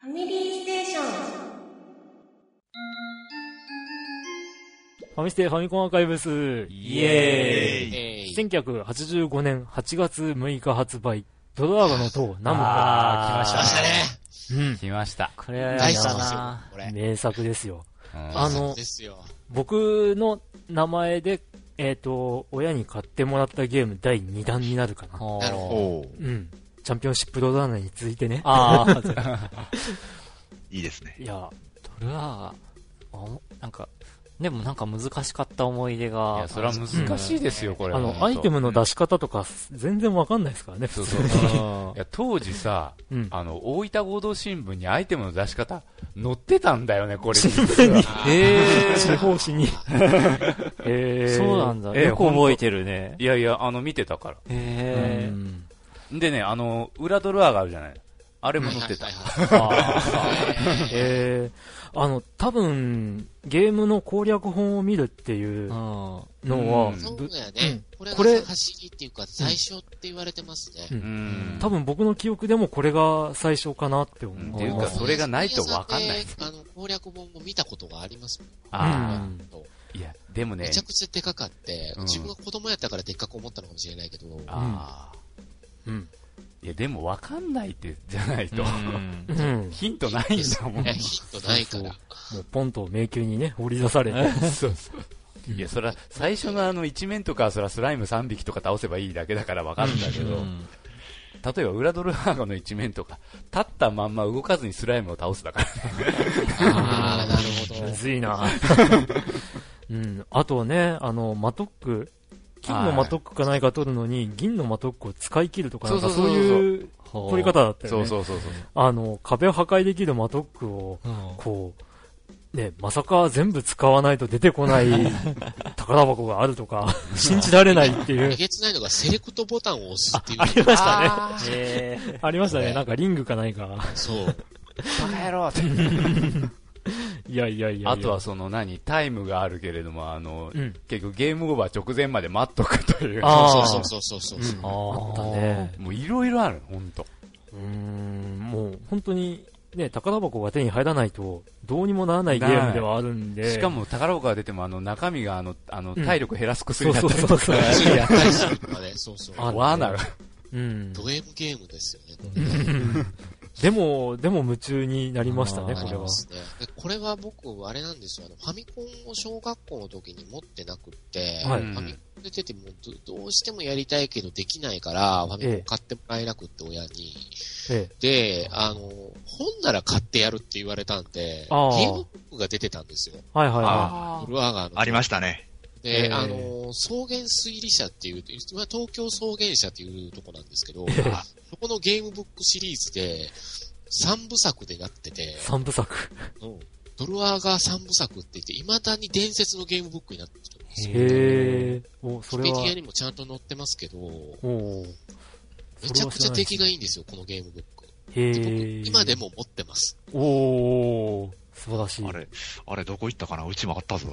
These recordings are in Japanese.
ァミリーステーション。 ファミステファミコンアーカイブスイエーイ。 1985年8月6日発売、ドラーガの塔ナムコ。 来ましたね。 うん。 来ました。 これは大好きですよ、これ。 名作ですよ。 ですよ。 僕の名前で、親に買ってもらったゲーム第2弾になるかな。 なるほうん。チャンピオンシップロードランナーに続いてね。 ああ、 いいですね。 いや、 ドラなんか、でもなんか難しかった思い出が。 いや、それは難しいですよ、これ。 アイテムの出し方とか、全然わかんないですからね、普通。 いや、当時さ、 うん、 大分合同新聞にアイテムの出し方、載ってたんだよね、これ。 新聞に。地方紙に。 そうなんだ。よく覚えてるね。 いやいや、見てたから。でね、裏ドルアがあるじゃない。あれも載ってた。 多分、ゲームの攻略本を見るっていうのは、 そうやね。これが走りっていうか、最初って言われてますね。 多分僕の記憶でもこれが最初かなって思う。 っていうか、それがないとわかんない。 攻略本も見たことがありますもん。 いや、でもね。 めちゃくちゃでかかって、自分が子供やったからでっかく思ったのかもしれないけど。 いや、でも分かんないって、じゃないと。ヒントないんだもん。 ヒントないから。 もうポンと迷宮にね、掘り出されて。 そうそう。いや、そら、最初の一面とか、そらスライム3匹とか倒せばいいだけだから分かるんだけど、例えば、裏ドルハーガの一面とか、立ったまんま動かずにスライムを倒すだからね。 ああ、なるほど。 むずいな。あとね、マトック、金のマトックかないか取るのに、銀のマトックを使い切るとか、なんかそういう取り方だったよね。壁を破壊できるマトックを、こう、ね、まさか全部使わないと出てこない宝箱があるとか、信じられないっていう。 えげつないのがセレクトボタンを押すっていう。 ありましたね。ありましたね。なんかリングかないか。 そう。 バカ野郎って。 いやいやいや。 あとはタイムがあるけれども、結局ゲームオーバー直前まで待っとくという。 そう。 あったね。 もういろいろある、ほんと。 もう本当に、ね、宝箱が手に入らないと、どうにもならないゲームではあるんで。 しかも宝箱が出ても、中身が体力減らす薬だったりとか。そう。 やったりするとかね。そうそう。 罠が。 ド M ゲームですよね。 でも夢中になりましたね、これは。 これは僕、あれなんですよ。ファミコンを小学校の時に持ってなくって、ファミコンで出てもどうしてもやりたいけどできないから、ファミコン買ってもらえなくって親に。で、本なら買ってやるって言われたんで、ゲームブックが出てたんですよ。 ルアーガーの。ありましたね。 で、草原推理社っていう、東京草原社っていうとこなんですけど、そこのゲームブックシリーズで、3部作でなってて、 3部作ドルアーガー3部作って言って、未だに伝説のゲームブックになってるんですよ。 それは。 ウィキペディアにもちゃんと載ってますけど、めちゃくちゃ出来がいいんですよ、このゲームブック。僕、今でも持ってます。 素晴らしい。 あれどこ行ったかな、うちもあったぞ。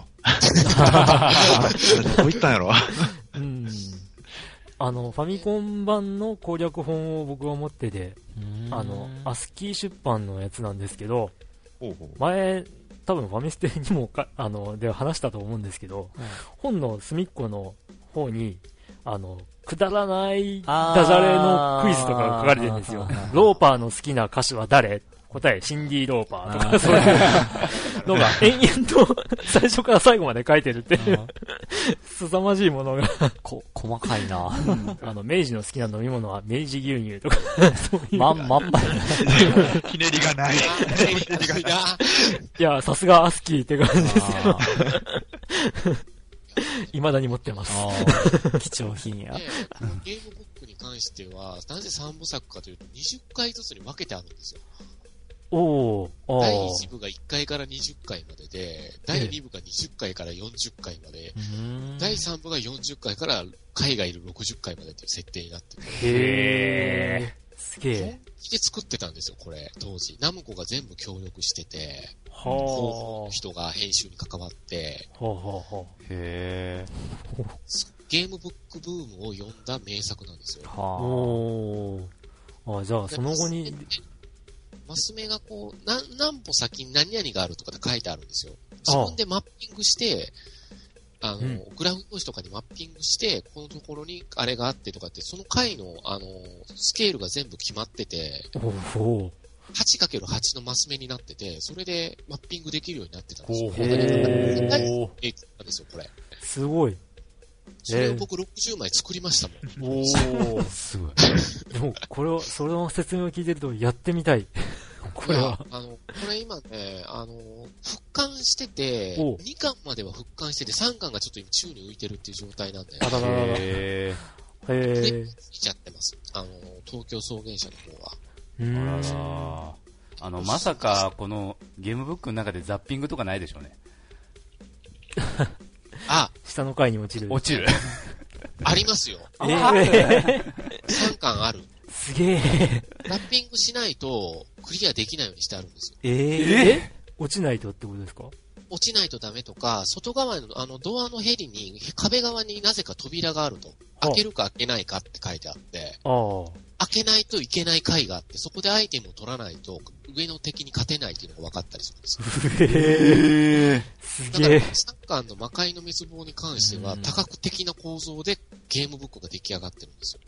どこ行ったんやろ。 ファミコン版の攻略本を僕は持ってて、アスキー出版のやつなんですけど、前、多分ファミステにもで話したと思うんですけど、本の隅っこの方に、くだらないダジャレのクイズとかが書かれてるんですよ。ローパーの好きな歌手は誰？答え、シンディ・ローパーとか、そういうのが延々と最初から最後まで書いてるっていう、凄まじいものが細かいな。 明治の好きな飲み物は明治牛乳とか、そういう。 まんま。 ひねりがない。 いや、さすがアスキーって感じですよ。未だに持ってます。 貴重品や。 ゲームブックに関しては、なぜ3部作かというと、20回ずつに分けてあるんですよ。第1部が1回から20回までで、第2部が20回から40回まで、第3部が40回から海外いる60回までっていう設定になってて。 すげえ。 本気で作ってたんですよ、これ、当時。ナムコが全部協力してて、広報の人が編集に関わって、 へゲームブックブームを呼んだ名作なんですよ。 じゃあその後に、 マス目がこう、何歩先に何々があるとかって書いてあるんですよ。自分でマッピングして、グラフ表紙とかにマッピングして、このところにあれがあってとかって、その回の、スケールが全部決まってて、8×8 のマス目になってて、それでマッピングできるようになってたんですよ。なんですよ、これ。 すごい。 それを僕60枚作りましたもん。 すごい。 でも、その説明を聞いてると、やってみたい。これは。 これ今ね、復刊してて、2巻までは復刊してて、3巻がちょっと今宙に浮いてるっていう状態なんで。 へぇついちゃってます。東京草原社の方は。まさか、このゲームブックの中でザッピングとかないでしょうね。 下の階に落ちる。 ありますよ。3巻ある。 すげえ。 ラッピングしないと、クリアできないようにしてあるんですよ。 落ちないとってことですか？ 落ちないとダメとか、外側のドアのヘリに、壁側になぜか扉があると。開けるか開けないかって書いてあって、開けないといけない階があって、そこでアイテムを取らないと、上の敵に勝てないっていうのが分かったりするんですよ。 すげえ。 サッカーの魔界の滅亡に関しては、多角的な構造でゲームブックが出来上がってるんですよ。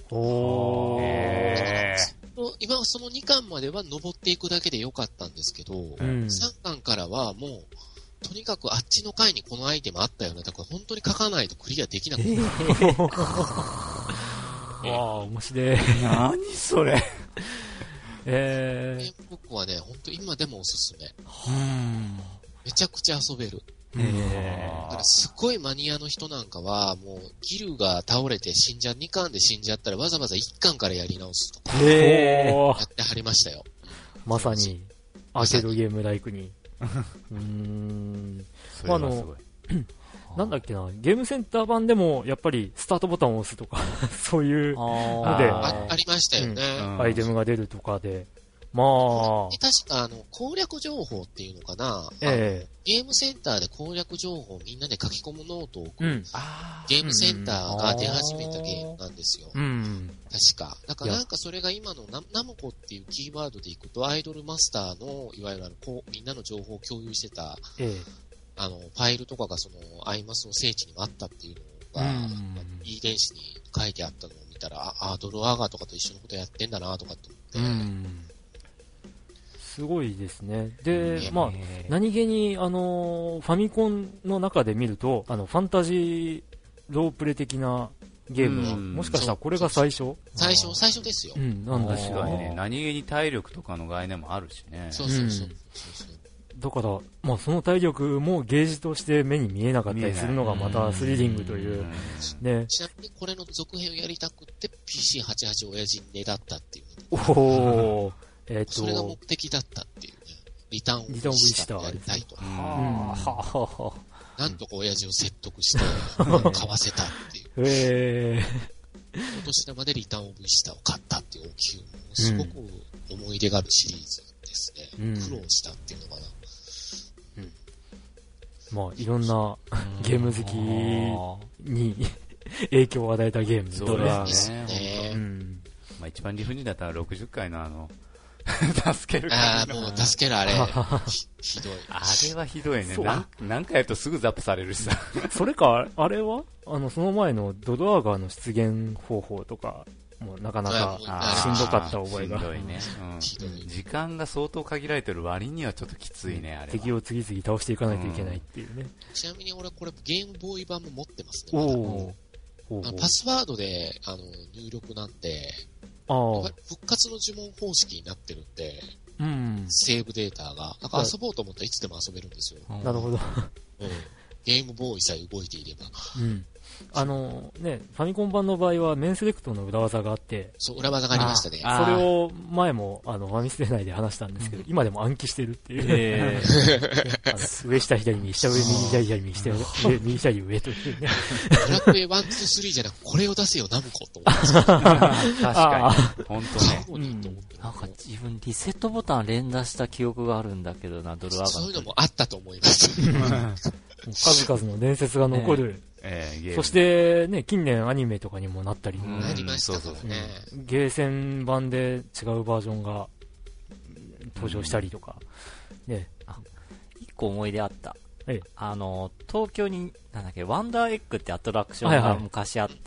今はその2巻までは登っていくだけでよかったんですけど、3巻からはもう、とにかくあっちの階にこのアイテムあったよね。だから本当に書かないとクリアできなくなる。 面白い。 何それ。 ゲームブックはね、本当今でもおすすめ。めちゃくちゃ遊べる。だからすごいマニアの人なんかは、もうギルが倒れて2巻で死んじゃったらわざわざ1巻からやり直すとか、やってはりましたよ。 まさに、アーケードゲームライクに。なんだっけな、ゲームセンター版でもやっぱりスタートボタンを押すとかそういうのでありましたよね、 アイテムが出るとかで、確か攻略情報っていうのかな、ゲームセンターで攻略情報をみんなで書き込むノートを送る、ゲームセンターが出始めたゲームなんですよ、確か。だからなんかそれが今のナムコっていうキーワードでいくと、アイドルマスターのいわゆるみんなの情報を共有してた、ファイルとかがそのアイマスの聖地にもあったっていうのが、E 電子に書いてあったのを見たら、ドルアーガーとかと一緒のことやってんだなとかって思って。 すごいですね。で、何気に、ファミコンの中で見ると、ファンタジーロープレ的なゲームは、もしかしたらこれが最初ですよ。 なんだしね。何気に体力とかの概念もあるしね。 そう。 だから、その体力もゲージとして目に見えなかったりするのがまたスリリングという。ね。 ちなみにこれの続編をやりたくって PC88 親父にねだったっていう。それが目的だったっていうね。リターンオブイースターをやりたいと。なんとか親父を説得して、買わせたっていう。お年玉でリターンオブイースターを買ったっていう大きい、すごく思い出があるシリーズですね。苦労したっていうのかな。 いろんなゲーム好きに影響を与えたゲームそうですね。 一番理不尽だったら60回の助けるもう助けるあれ。ひどい。 あれはひどいね。何回やるとすぐザップされるしさ。 それか、あれはその前のドドアーガーの出現方法とか、もうなかなかしんどかった覚えが。 しんどいね。時間が相当限られてる割にはちょっときついね、あれは。 敵を次々倒していかないといけないっていうね。 ちなみに俺これゲームボーイ版も持ってますね。パスワードで入力なんで、復活の呪文方式になってるんで、セーブデータが。だから遊ぼうと思ったらいつでも遊べるんですよ。 なるほど。 ゲームボーイさえ動いていれば。 ファミコン版の場合はメンセレクトの裏技があって、 そう、裏技がありましたね。 それを前もファミステ内で話したんですけど、今でも暗記してるっていう。上下左右下上右左左右下上右左上というね。 ドラクエ1、2、3じゃなくこれを出せよナムコと思って。 確かに。本当ね。 なんか自分リセットボタン連打した記憶があるんだけどな、ドルアーガー。 そういうのもあったと思います。 数々の伝説が残る。そしてね、近年アニメとかにもなったり。 なりましたね。 ゲーセン版で違うバージョンが登場したりとか。ね。 一個思い出あった。 東京に、なんだっけ、ワンダーエッグってアトラクションが昔あって、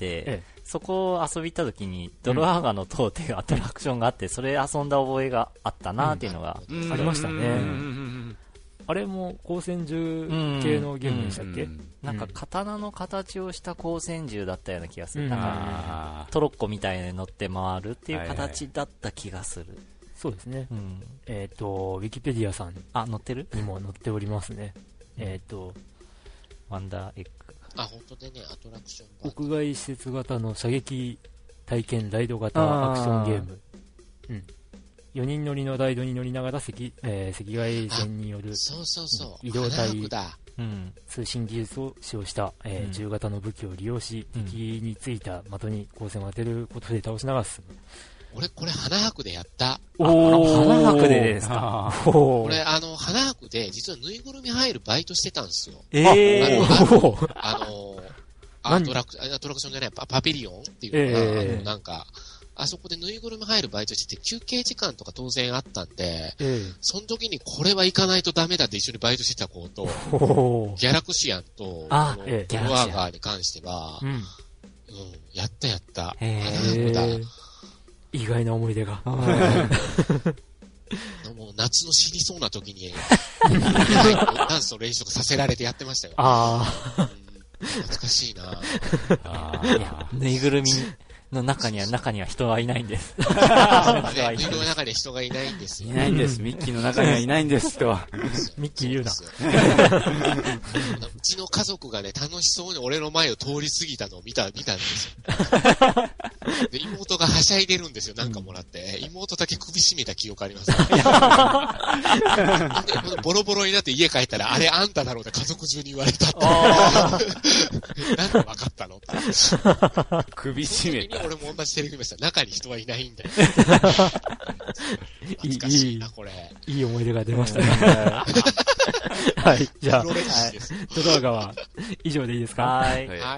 そこを遊び行った時に、ドルアーガの塔っていうアトラクションがあって、それ遊んだ覚えがあったなっていうのが、 ありましたね。あれも光線銃系のゲームでしたっけ？ なんか刀の形をした光線銃だったような気がする。なんかトロッコみたいに乗って回るっていう形だった気がする。 そうですね。ウィキペディアさん載ってる？ にも載っておりますね。 ワンダーエッグ。 本当でね、アトラクション屋外施設型の射撃体験ライド型アクションゲーム。4人乗りのライドに乗りながら赤外線による移動体通信技術を使用した、銃型の武器を利用し、敵についた的に光線を当てることで倒しながら進む。 俺、これ、花博でやった。 花博でですか。 俺、花博で、実はぬいぐるみ入るバイトしてたんですよ。アトラクションじゃない、パビリオンっていうのかな、なんか、あそこでぬいぐるみ入るバイトしてて、休憩時間とか当然あったんで、その時にこれは行かないとダメだって一緒にバイトしてた子と、ギャラクシアンと、ドルアーガーに関しては、やった。 意外な思い出が。 もう夏の死にそうな時に、ダンスの練習とかさせられてやってましたよ。懐かしいな。 ぬいぐるみの中には人はいないんです。 ぬいぐるみの中に人がいないんですよ。 いないんです。ミッキーの中にはいないんですとは。 ミッキー言うな。 うちの家族がね、楽しそうに俺の前を通り過ぎたのを見たんですよ。で、妹がはしゃいでるんですよ、なんかもらって。妹だけ首絞めた記憶あります、ね。で、ボロボロになって家帰ったら、あれあんただろうって家族中に言われたって。なんで分かったのって。 首絞めた。 俺も同じテレビ見ました。中に人はいないんだよ。懐かしいな、これ。 いい思い出が出ましたね。はい。じゃあ、ドラガは以上でいいですか？ はい。 はい。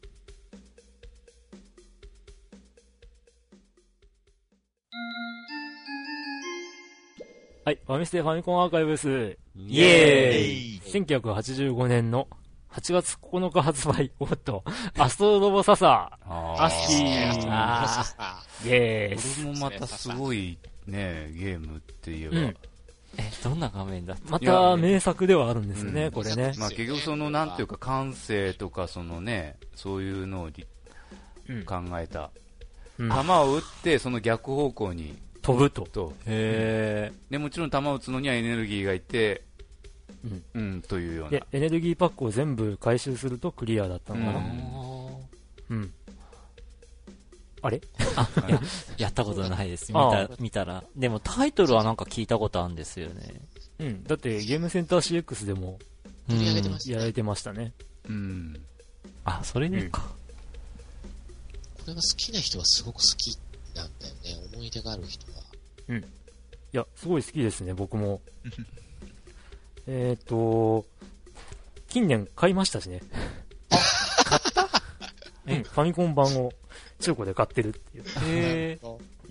はい。ファミステファミコンアーカイブス。 イエーイ !1985 年の8月9日発売。おっと、アストロロボササー。アスキー。イエーイ。 これもまたすごいね、ゲームって言えば。 どんな画面だった？ また名作ではあるんですね、これね。 まあ結局そのなんていうか感性とかそのね、そういうのを考えた。球を打ってその逆方向に飛ぶと。 で、もちろん球を打つのにはエネルギーがいて、というような。 で、エネルギーパックを全部回収するとクリアだったのかな。あれやったことないです。見たら。でもタイトルはなんか聞いたことあるんですよね。 だってゲームセンター CX でもやられてましたね。 それでか。 これが好きな人はすごく好きなんだよね。思い出がある人は。 いや、すごい好きですね、僕も。近年買いましたしね。 買った？ ファミコン版を中古で買ってるっていう。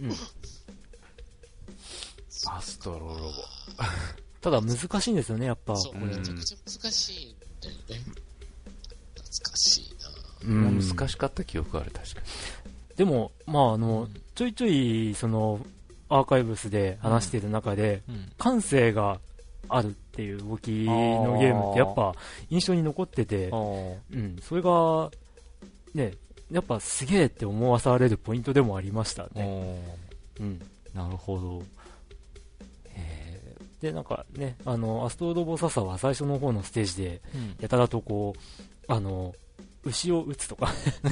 アストロロボ。 ただ難しいんですよね、やっぱ。 そう、めちゃくちゃ難しいんだよね。懐かしいな。難しかった記憶ある、確かに。 でも、ちょいちょい、その、アーカイブスで話している中で、感性があるっていう動きのゲームってやっぱ印象に残ってて、それが、ね、やっぱすげえって思わされるポイントでもありましたね。 なるほど。 で、なんかね、アストロボササは最初の方のステージで、やたらとこう、牛を撃つとか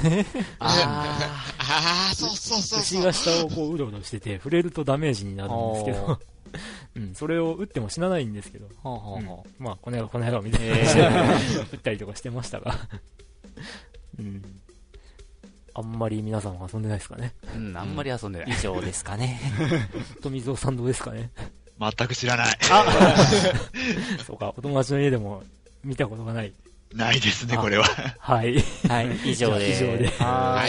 そう。 牛が下をこううろうろしてて、触れるとダメージになるんですけど、それを撃っても死なないんですけど、まあ、この野郎みたいな撃ったりとかしてましたが、あんまり皆さんは遊んでないですかね。 あんまり遊んでない。 以上ですかね。 富蔵さんどうですかね。 全く知らない。 そうか、お友達の家でも見たことがない。 ないですね、これは。 はい。 はい、以上で。 以上で。 はい。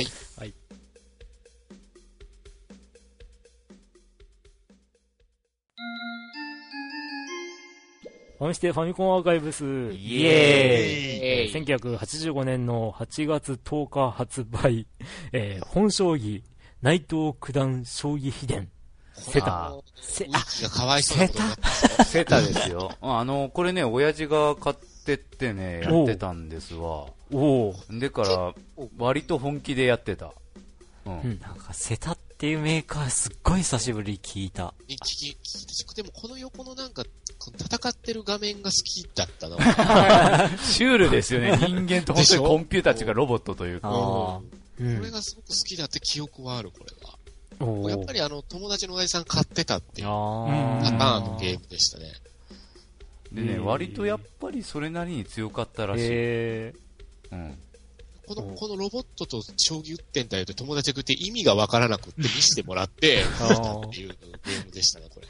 ファミステファミコンアーカイブス、 イエーイ1985年の8月10日発売、本将棋、内藤九段将棋秘伝、セタ。 ウィキがかわいそうなことになってセタですよ。これね、親父が買ってってね、やってたんですわ。でから、割と本気でやってた。 なんか、セタっていうメーカーすっごい久しぶりに聞いた。 聞いた。でもこの横のなんか、戦ってる画面が好きだったの。 シュールですよね。人間と本当にコンピューター違うロボットというか。 これがすごく好きだって記憶はある、これは。やっぱり友達の親父さん買ってたっていうパターンのゲームでしたね。 でね、割とやっぱりそれなりに強かったらしい。 このロボットと将棋打ってんだよって友達が言って意味がわからなくって見せてもらって、っていうゲームでしたね、これは。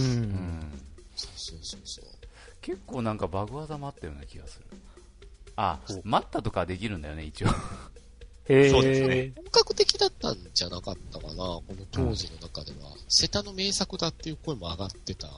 そう。 結構なんかバグ技もあったような気がする。待ったとかできるんだよね、一応。 そうですね。 本格的だったんじゃなかったかな、この当時の中では。セタの名作だっていう声も上がってた。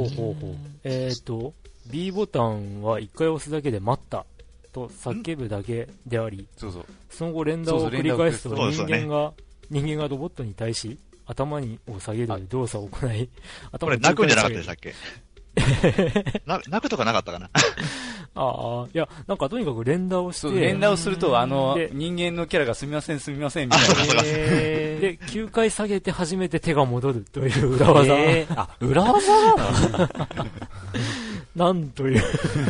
B ボタンは一回押すだけで待ったと叫ぶだけであり、その後連打を繰り返すと人間がロボットに対し頭を下げる動作を行い、 これ泣くんじゃなかったでしたっけ？泣くとかなかったかな。 いや、なんかとにかく連打をして。 連打をすると、人間のキャラがすみません、みたいな。 で、9回下げて初めて手が戻るという裏技。 裏技なの？ なんという。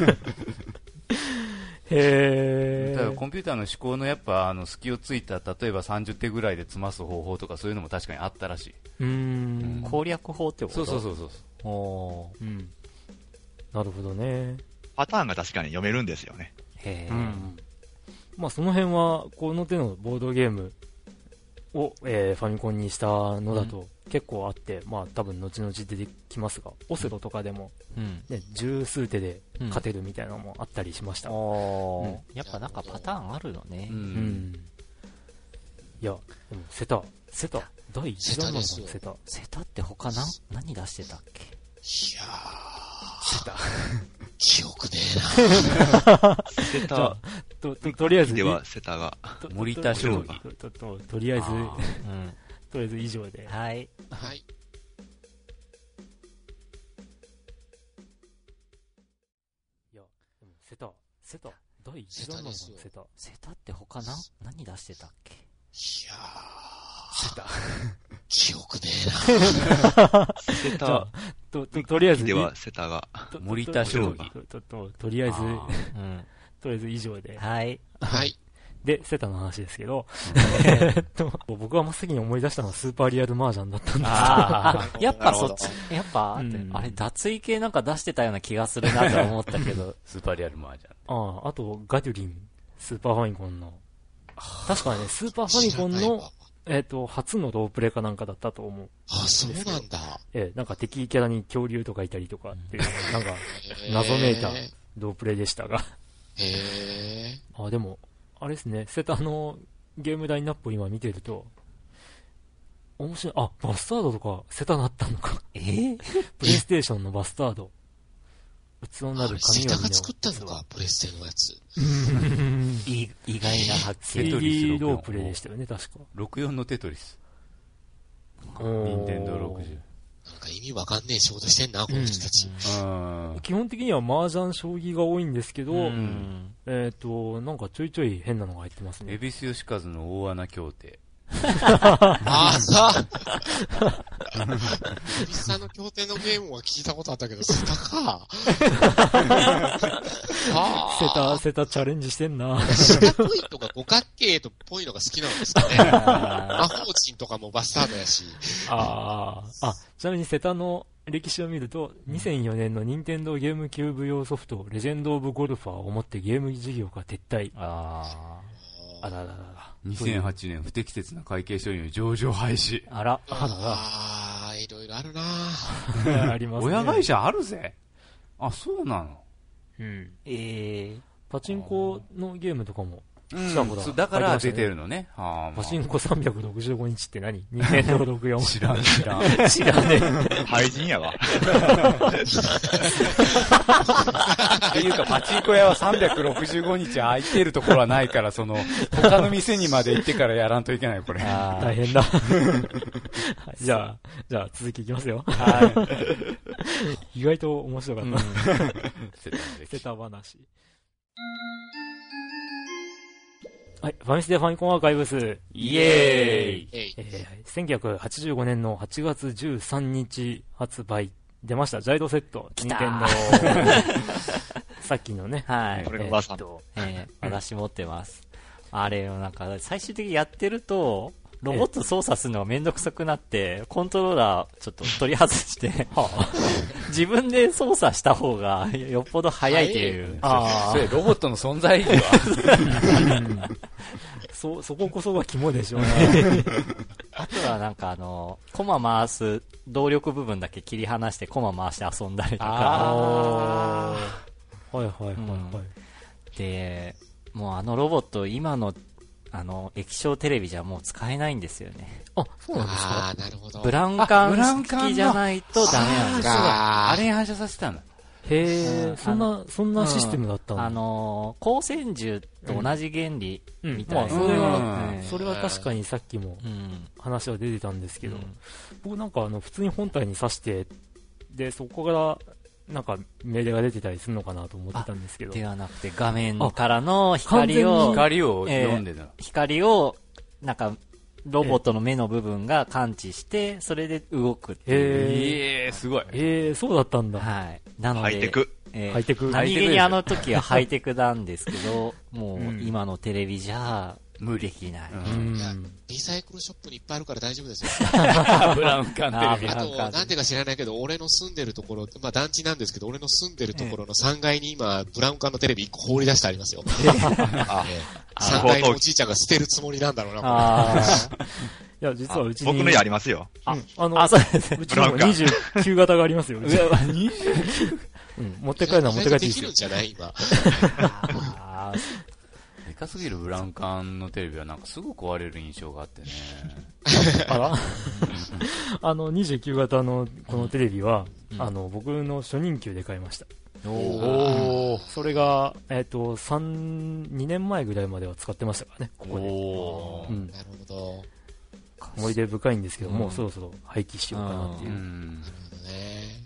だからコンピューターの思考のやっぱ、隙をついた、例えば30手ぐらいで詰ます方法とかそういうのも確かにあったらしい。 攻略法ってこと？ そう。 なるほどね。 パターンが確かに読めるんですよね。 まあその辺は、この手のボードゲームを、ファミコンにしたのだと結構あって、まあ多分後々出てきますが、オセロとかでも、十数手で勝てるみたいなのもあったりしました。 やっぱなんかパターンあるのね。 いや、でもセタ、第1弾なんだ、セタ。 セタって他何出してたっけ？ いやセタ。 記憶ねえな。セタ。 とりあえず。 では、セタが。 森田将棋。 とりあえず以上で。 はい。 いや、でもセタ、第1弾なんだ、セタ。 セタって他何出してたっけ？ いやセタ。 記憶ねえな。 セタ。 とりあえず。 では、セタが。 森田将棋。 とりあえず以上で。 はい。 で、セタの話ですけど、僕が真っ先に思い出したのはスーパーリアルマージャンだったんですやっぱそっち、あれ、脱衣系なんか出してたような気がするなと思ったけど。 スーパーリアルマージャン。 あと、ガデュリン、スーパーファミコンの。確かね、スーパーファミコンの、初のロープレかなんかだったと思う。 そうなんだ。 なんか敵キャラに恐竜とかいたりとかっていう、なんか、謎めいたロープレでしたが。でも、あれですね、セタのゲームラインナップを今見てると、面白い。バスタードとかセタなったのか。プレイステーションのバスタード。器なるセタが作ったのか、プレステのやつ。 意外な発見。 3D ロープレイでしたよね、確か。 64のテトリス。任天堂60。 なんか意味わかんねえ仕事してんな、この人たち。 基本的には麻雀将棋が多いんですけど、なんかちょいちょい変なのが入ってますね。 恵比寿吉和の大穴協定。 恵比寿さんの協定のゲームは聞いたことあったけど、セタか。 セタチャレンジしてんな。 四角いとか五角形っぽいのが好きなんですかね。魔法陣とかもバスタードやし。 ちなみにセタの歴史を見ると、2004年の任天堂ゲームキューブ用ソフト、レジェンド・オブ・ゴルファーをもってゲーム事業が撤退。 2008年不適切な会計処理の上場廃止。 いろいろあるなありますね。 親会社あるぜ。そうなの。 パチンコのゲームとかもちらほら。 だから出てるのね。 パチンコ365日って何？任天堂64。 知らん。 知らねえ。廃人やわ。 っていうか、パチンコ屋は365日空いてるところはないから、他の店にまで行ってからやらんといけない、これ。 大変だ。じゃあ続きいきますよ。意外と面白かった。捨てた話。はい、ファミステファミコンアーカイブス。 イエーイ。 1985年の8月13日発売。出ました、ジャイロセット。 来たさっきのね。 はい。 これが私持ってます。あれをなんか、最終的にやってると、ロボット操作するのがめんどくさくなって、コントローラーちょっと取り外して、自分で操作した方がよっぽど早いっていう。 それロボットの存在意義はそここそが肝でしょうね。 あとはなんかコマ回す動力部分だけ切り離してコマ回して遊んだりとか。 はいはいはいはい。 で、もうロボット今の液晶テレビじゃもう使えないんですよね。 あ、そうなんですか。 なるほど。 ブラウン管式じゃないとダメなんですよ。 あれに反射させたんだ。 へえ、そんなシステムだったんだ。 光線銃と同じ原理みたいな。 それは確かにさっきも話は出てたんですけど、僕なんか普通に本体に挿して、で、そこからなんか命令が出てたりするのかなと思ってたんですけど。 ではなくて画面からの光を読んでた。 光を、なんか、ロボットの目の部分が感知して、それで動くっていう。 すごい。 そうだったんだ。 はい。なので、 ハイテク。 ハイテク。 何気にあの時はハイテクなんですけど、もう今のテレビじゃ、無理できない。 リサイクルショップにいっぱいあるから大丈夫ですよ。 ブラウン管テレビ。 あと、なんでか知らないけど、俺の住んでるところ、まあ団地なんですけど、俺の住んでるところの3階に今、ブラウン管のテレビ1個放り出してありますよ。3階のおじいちゃんが捨てるつもりなんだろうな、 いや、実はうちに。 僕の家ありますよ。 そうですね。うちにも29型がありますよ。 29? 持って帰るのは持って帰っていいですよ。 できるんじゃない今。 でかすぎるブラウン管のテレビはなんかすぐ壊れる印象があってね。 あら29型のこのテレビは、僕の初任給で買いました。それが、2年前ぐらいまでは使ってましたからね、ここで。 なるほど。 思い出深いんですけど、もうそろそろ廃棄しようかなっていう。 なるほどね。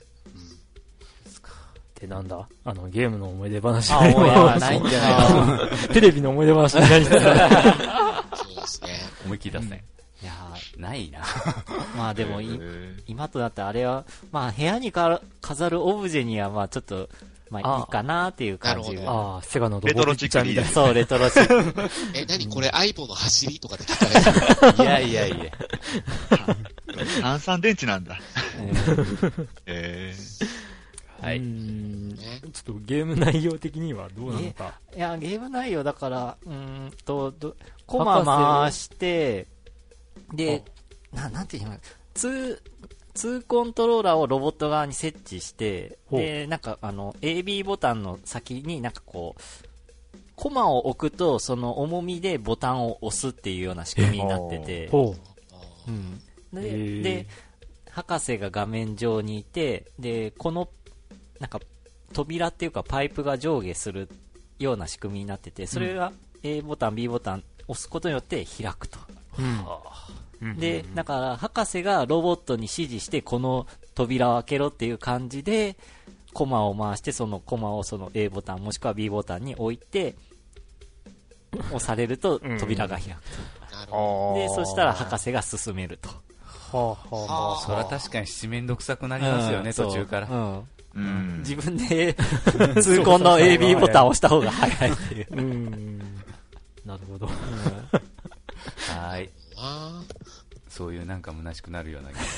で、なんだゲームの思い出話がないんじゃないテレビの思い出話になりそうですね。 思いっきり出せ。 いやないな。 まあでも今となってあれは、まあ部屋に飾るオブジェにはまあちょっと、まあいいかなっていう感じが。 セガのレトロチックみたいな。 そう、レトロチック。 何これ、アイボの走りとかで聞かれる。 いや。 炭酸電池なんだ。 はい。 ちょっとゲーム内容的にはどうなのか。 いや、ゲーム内容だから、コマ回して、で、なんていうの、2コントローラーをロボット側に設置して、で、なんかAB ボタンの先になんかこう、コマを置くとその重みでボタンを押すっていうような仕組みになってて、で、博士が画面上にいて、で、この、なんか扉っていうかパイプが上下するような仕組みになってて、それが A ボタン B ボタン押すことによって開くと、でだから博士がロボットに指示してこの扉を開けろっていう感じでコマを回して、そのコマをその A ボタンもしくは B ボタンに置いて押されると扉が開くと、でそしたら博士が進めると。 それは確かにめんどくさくなりますよね、途中から。 自分で痛恨の AB ボタンを押した方が早いっていう。 なるほど。 はい。そういうなんか虚しくなるようなゲ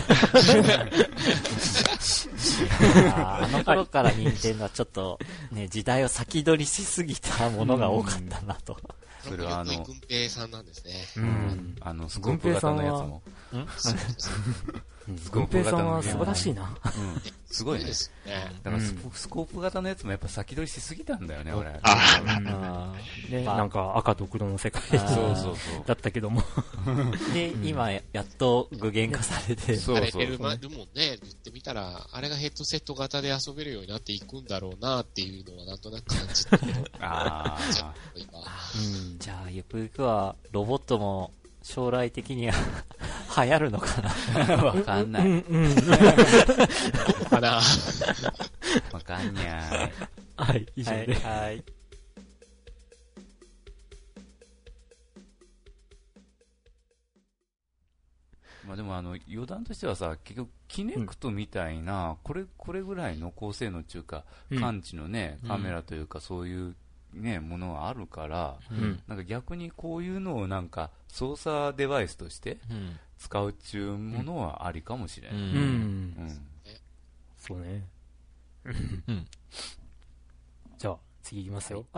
ーム。あの頃から任天堂はちょっとね、時代を先取りしすぎたものが多かったなと。 それは軍平さんなんですね。 スコープ型のやつも。 軍平さんは素晴らしいな。 すごいね。だからスコープ型のやつもやっぱ先取りしすぎたんだよね、俺。 なんか赤と黒の世界だったけども。 で、今やっと具現化されて。 あれ、るもんね、言ってみたら、あれがヘッドセット型で遊べるようになっていくんだろうなっていうのはなんとなく感じたけど。 じゃあ、ゆくゆくはロボットも将来的には流行るのかなわかんない。 かなわかんにゃー。はい、以上で。 はい。 まあでも余談としてはさ、結局キネクトみたいな、これぐらいの高性能っていうか、感知のね、カメラというかそういうね、ものがあるから、なんか逆にこういうのをなんか操作デバイスとして使うっていうものはありかもしれない。 そうね。じゃあ次いきますよ。 はい。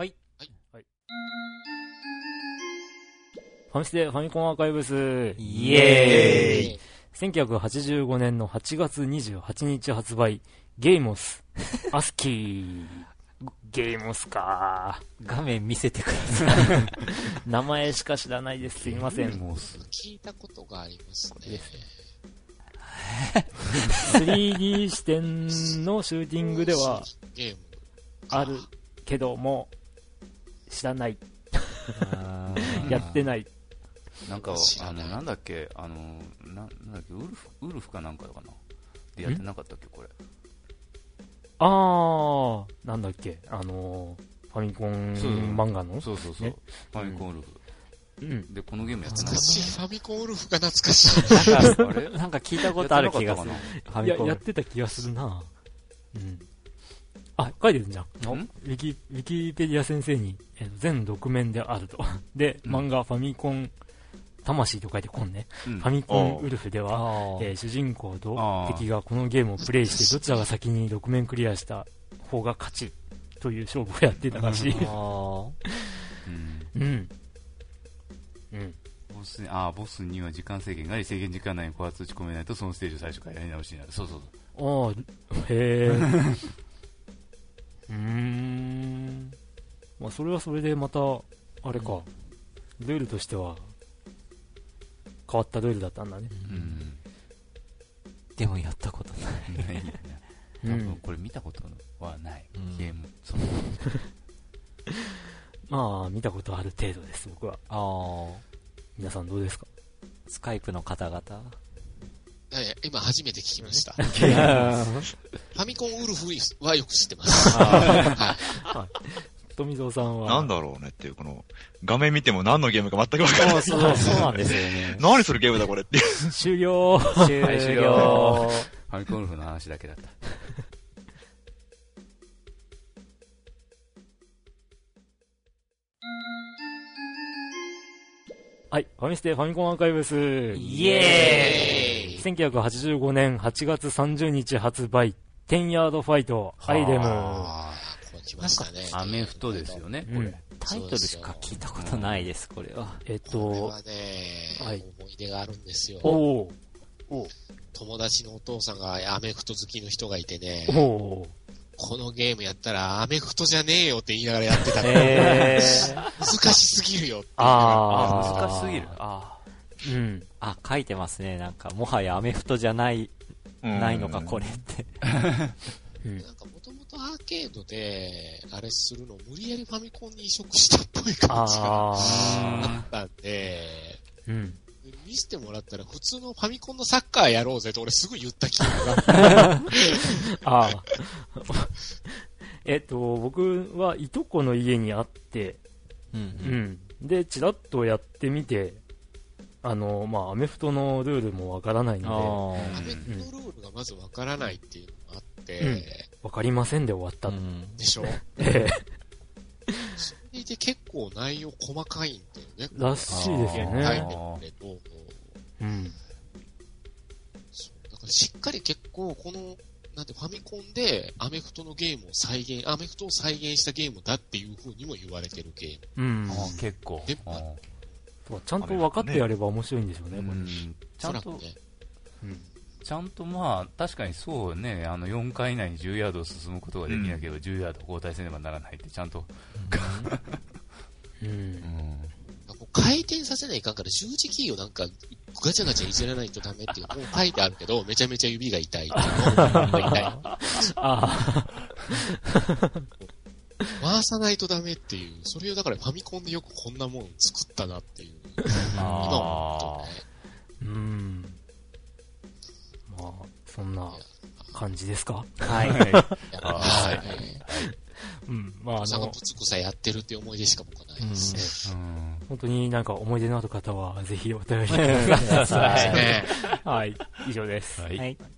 ファミステファミコンアーカイブスイエーイ。 1985年の8月28日発売、ゲイモスアスキー。ゲーモスか。 画面見せてください。 名前しか知らないです。すいません。 聞いたことがありますね。 3D 視点のシューティングではあるけども知らない。やってない。 なんかなんだっけなんだっけウルフかなんかかなでやってなかったっけこれ。 なんだっけファミコン漫画のそうファミコンウルフ。でこのゲームやってなかった。懐かしい。ファミコンウルフが懐かしい。なんか聞いたことある気がする。 やってた気がするな。書いてるんじゃん。ウィキペディア先生に全6面であると。で、漫画ファミコン魂と書いて本ね。ファミコンウルフでは、主人公と敵がこのゲームをプレイしてどちらが先に6面クリアした方が勝ちという勝負をやってたらしい。 ボスには時間制限があり、制限時間内に小発打ち込めないとそのステージを最初からやり直しになる。そう。 へー。まあそれはそれでまたあれか、ルールとしては変わったルールだったんだね。 でもやったことない。 多分これ見たことはない。ゲーム。 まあ見たことある程度です僕は。皆さんどうですか？ スカイプの方々。 今初めて聞きました。ファミコンウルフはよく知ってます。 富蔵さんはなんだろうねっていう、この画面見ても何のゲームか全く分からない。 そうなんですよね。 何するゲームだこれっていう。 終了。 ファミコンウルフの話だけだった。 はい、ファミステファミコンアーカイブスイエーイ。 1985年8月30日発売、10ヤードファイトアイレム。 来ましたね。 アメフトですよね、これ。 タイトルしか聞いたことないです、これは。 これはね、思い出があるんですよ。友達のお父さんがアメフト好きの人がいてね、このゲームやったらアメフトじゃねえよって言いながらやってたの。難しすぎるよって言いながら。 難しすぎる。 書いてますね。なんかもはやアメフトじゃないのかこれって。 なんかもともとアーケードであれするのを無理やりファミコンに移植したっぽい感じがあったんで、見せてもらったら普通のファミコンのサッカーやろうぜと俺すぐ言った記憶が僕はいとこの家にあって、でチラッとやってみて、アメフトのルールもわからないので、アメフトルールがまずわからないっていうのがあって、 わかりませんで終わった、 でしょ。それで結構内容細かいんだよね。 らしいですよね。 書いてるね、どうだからしっかり結構このなんてファミコンでアメフトのゲームをアメフトを再現したゲームだっていう風にも言われてるゲーム。 結構。 ちゃんと分かってやれば面白いんでしょうね、これ。 ちゃんと。 ちゃんとまあ、確かにそうね、4回以内に10ヤードを進むことができなければ、10ヤード交代せねばならないって、ちゃんと。 回転させないかんから十字キーをなんかガチャガチャいじらないとダメっていうのも書いてあるけど、めちゃめちゃ指が痛いっていうのが痛い。回さないとダメっていう、それをだからファミコンでよくこんなもん作ったなっていう。今思うとね。 まあ、そんな感じですか？ はい。 まあ、さんがぶつくさやってるっていう思い出しか僕はないですね。 本当になんか思い出のある方は、ぜひお便りください。はい、以上です。 はい。